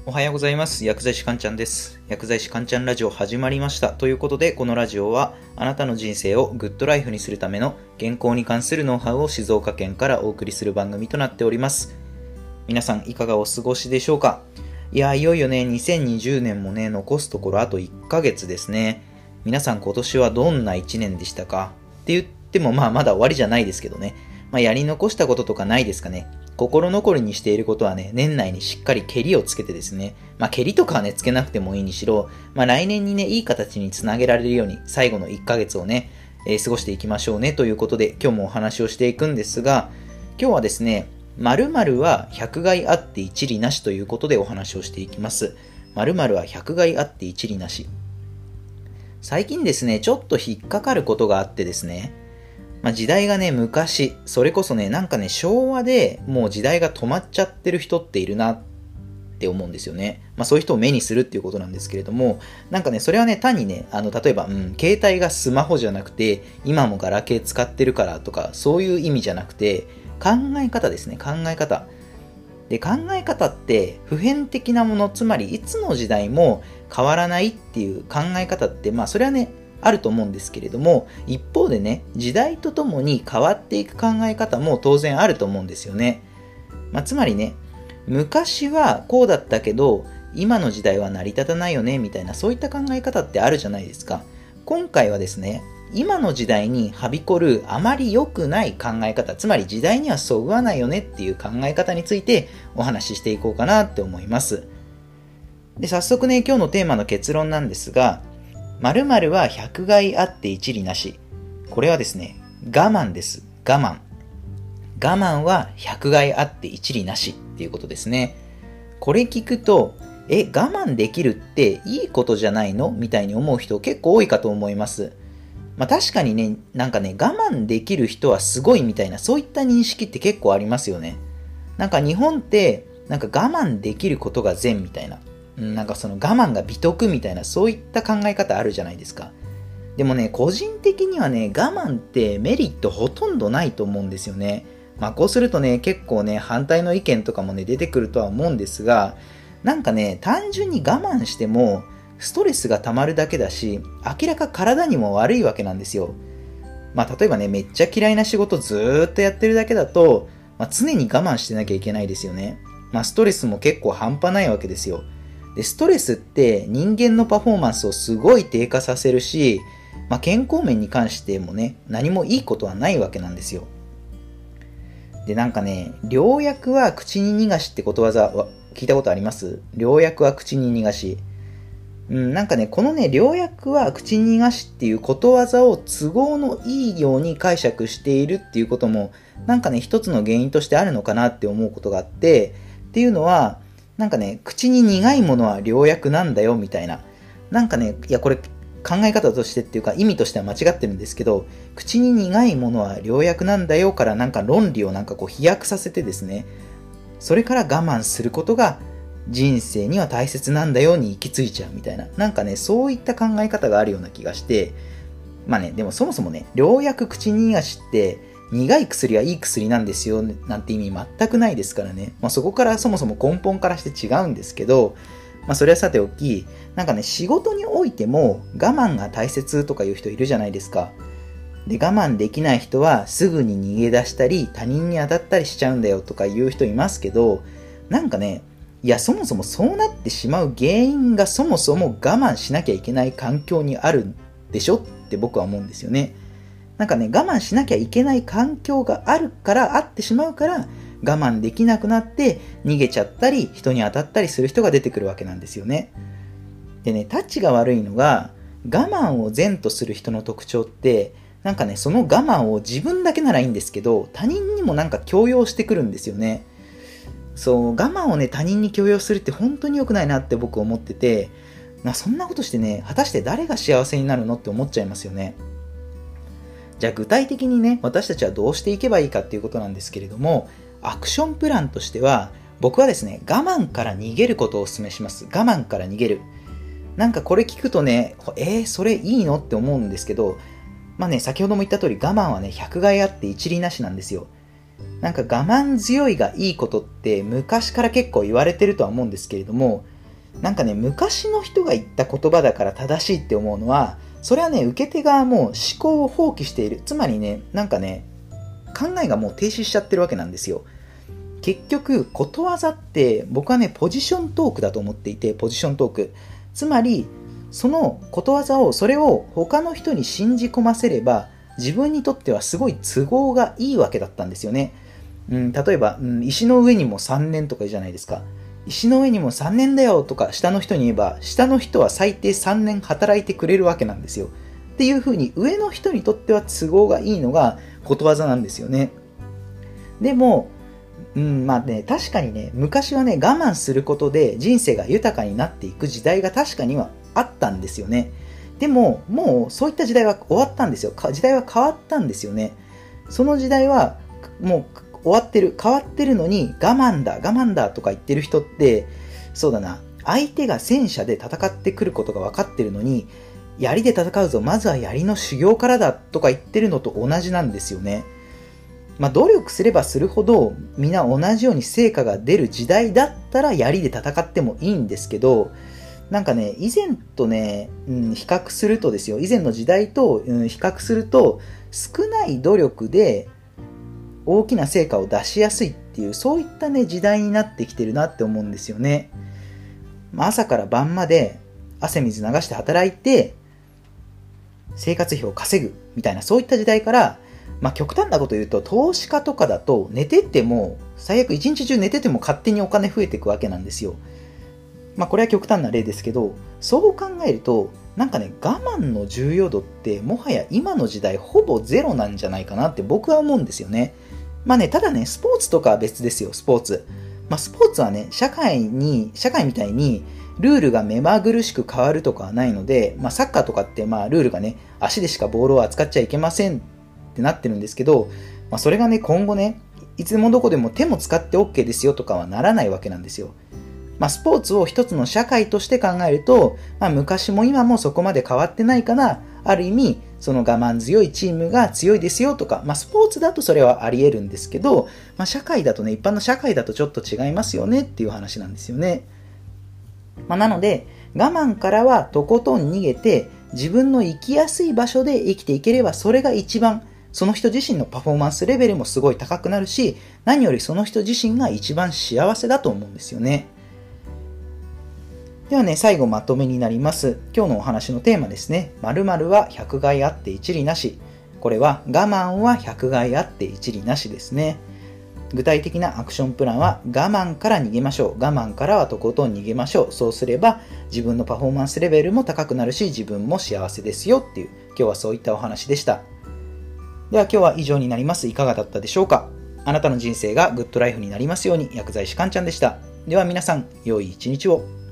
おはようございます。薬剤師かんちゃんです。薬剤師かんちゃんラジオ始まりました。ということで、このラジオはあなたの人生をグッドライフにするための健康に関するノウハウを静岡県からお送りする番組となっております。皆さんいかがお過ごしでしょうか？いよいよね、2020年もね、残すところあと1ヶ月ですね。皆さん今年はどんな1年でしたか？って言ってもまだ終わりじゃないですけどね。やり残したこととかないですかね。心残りにしていることはね、年内にしっかりケリをつけてですね、ケリとかはね、つけなくてもいいにしろ、来年にね、いい形につなげられるように、最後の1ヶ月をね、過ごしていきましょうね、ということで、今日もお話をしていくんですが、今日はですね、〇〇は百害あって一利なしということでお話をしていきます。〇〇は百害あって一利なし。最近ですね、ちょっと引っかかることがあってですね、時代がね、昔、それこそね、昭和でもう時代が止まっちゃってる人っているなって思うんですよね。そういう人を目にするっていうことなんですけれども、それはね、単にね、例えば、携帯がスマホじゃなくて、今もガラケー使ってるからとか、そういう意味じゃなくて、考え方ですね、考え方。で、考え方って普遍的なもの、つまりいつの時代も変わらないっていう考え方って、それはね、あると思うんですけれども、一方でね、時代とともに変わっていく考え方も当然あると思うんですよね。つまりね、昔はこうだったけど、今の時代は成り立たないよね、みたいな、そういった考え方ってあるじゃないですか。今回はですね、今の時代にはびこるあまり良くない考え方、つまり時代にはそぐわないよねっていう考え方についてお話ししていこうかなって思います。で、早速ね、今日のテーマの結論なんですが、〇〇は百害あって一利なし。これはですね、我慢です。我慢。我慢は百害あって一利なしっていうことですね。これ聞くと、我慢できるっていいことじゃないのみたいに思う人結構多いかと思います。確かにね、我慢できる人はすごいみたいな、そういった認識って結構ありますよね。日本って、我慢できることが善みたいな。その我慢が美徳みたいな、そういった考え方あるじゃないですか。でもね、個人的にはね、我慢ってメリットほとんどないと思うんですよね。こうするとね、結構ね、反対の意見とかもね、出てくるとは思うんですが、単純に我慢しても、ストレスが溜まるだけだし、明らか体にも悪いわけなんですよ。例えばね、めっちゃ嫌いな仕事ずーっとやってるだけだと、常に我慢してなきゃいけないですよね。ストレスも結構半端ないわけですよ。で、ストレスって人間のパフォーマンスをすごい低下させるし、健康面に関してもね、何もいいことはないわけなんですよ。で、良薬は口に逃がしってことわざは聞いたことあります？良薬は口に逃がし。このね、良薬は口に逃がしっていうことわざを都合のいいように解釈しているっていうことも、一つの原因としてあるのかなって思うことがあって、っていうのは、口に苦いものは良薬なんだよみたいな。これ考え方としてっていうか意味としては間違ってるんですけど、口に苦いものは良薬なんだよから論理を飛躍させてですね、それから我慢することが人生には大切なんだよに行き着いちゃうみたいな。そういった考え方があるような気がして、でもそもそもね、良薬口に逃がしって、苦い薬はいい薬なんですよなんて意味全くないですからね。そこからそもそも根本からして違うんですけど、それはさておき、仕事においても我慢が大切とかいう人いるじゃないですか。で、我慢できない人はすぐに逃げ出したり他人に当たったりしちゃうんだよとか言う人いますけど、そもそもそうなってしまう原因がそもそも我慢しなきゃいけない環境にあるでしょって僕は思うんですよね。我慢しなきゃいけない環境があってしまうから、我慢できなくなって逃げちゃったり、人に当たったりする人が出てくるわけなんですよね。でね、タッチが悪いのが、我慢を善とする人の特徴って、その我慢を自分だけならいいんですけど、他人にも強要してくるんですよね。そう、我慢をね、他人に強要するって本当に良くないなって僕思ってて、そんなことしてね、果たして誰が幸せになるのって思っちゃいますよね。じゃあ具体的にね、私たちはどうしていけばいいかっていうことなんですけれども、アクションプランとしては、僕はですね、我慢から逃げることをお勧めします。我慢から逃げる。これ聞くとね、それいいのって思うんですけど、先ほども言った通り我慢はね、百害あって一利なしなんですよ。我慢強いがいいことって昔から結構言われてるとは思うんですけれども、 なんかね、昔の人が言った言葉だから正しいって思うのは、それはね、受け手側も思考を放棄している。つまりね、なんかね、考えがもう停止しちゃってるわけなんですよ。結局、ことわざって僕はね、ポジショントークだと思っていて、ポジショントーク。つまり、そのことわざを、それを他の人に信じ込ませれば、自分にとってはすごい都合がいいわけだったんですよね。例えば、石の上にも3年とか言うじゃないですか。石の上にも3年だよとか下の人に言えば、下の人は最低3年働いてくれるわけなんですよ。っていう風に上の人にとっては都合がいいのがことわざなんですよね。でも、まあね、確かにね、昔はね、我慢することで人生が豊かになっていく時代が確かにはあったんですよね。でも、もうそういった時代は終わったんですよ。時代は変わったんですよね。その時代はもう終わってる、変わってるのに我慢だとか言ってる人って、そうだな、相手が戦車で戦ってくることが分かってるのに、槍で戦うぞ、まずは槍の修行からだとか言ってるのと同じなんですよね。まあ努力すればするほど皆同じように成果が出る時代だったら槍で戦ってもいいんですけど、なんかね、以前とね、比較するとですよ、以前の時代と、比較すると少ない努力で大きな成果を出しやすいっていう、そういったね、時代になってきてるなって思うんですよね。朝から晩まで汗水流して働いて生活費を稼ぐみたいな、そういった時代から、極端なこと言うと、投資家とかだと寝てても、最悪一日中寝てても勝手にお金増えていくわけなんですよ。これは極端な例ですけど、そう考えると、なんかね、我慢の重要度ってもはや今の時代ほぼゼロなんじゃないかなって僕は思うんですよね。ただね、スポーツとかは別ですよ、スポーツ。スポーツはね、社会みたいにルールが目まぐるしく変わるとかはないので、サッカーとかってルールがね、足でしかボールを扱っちゃいけませんってなってるんですけど、それがね、今後ね、いつでもどこでも手も使って OK ですよとかはならないわけなんですよ。スポーツを一つの社会として考えると、昔も今もそこまで変わってないかな、ある意味、その我慢強いチームが強いですよとか、スポーツだとそれはあり得るんですけど、社会だとね、一般の社会だとちょっと違いますよねっていう話なんですよね。なので、我慢からはとことん逃げて、自分の生きやすい場所で生きていければ、それが一番、その人自身のパフォーマンスレベルもすごい高くなるし、何よりその人自身が一番幸せだと思うんですよね。ではね、最後まとめになります。今日のお話のテーマですね。〇〇は百害あって一利なし。これは我慢は百害あって一利なしですね。具体的なアクションプランは我慢から逃げましょう。我慢からはとことん逃げましょう。そうすれば自分のパフォーマンスレベルも高くなるし、自分も幸せですよっていう、今日はそういったお話でした。では今日は以上になります。いかがだったでしょうか。あなたの人生がグッドライフになりますように、薬剤師かんちゃんでした。では皆さん、良い一日を。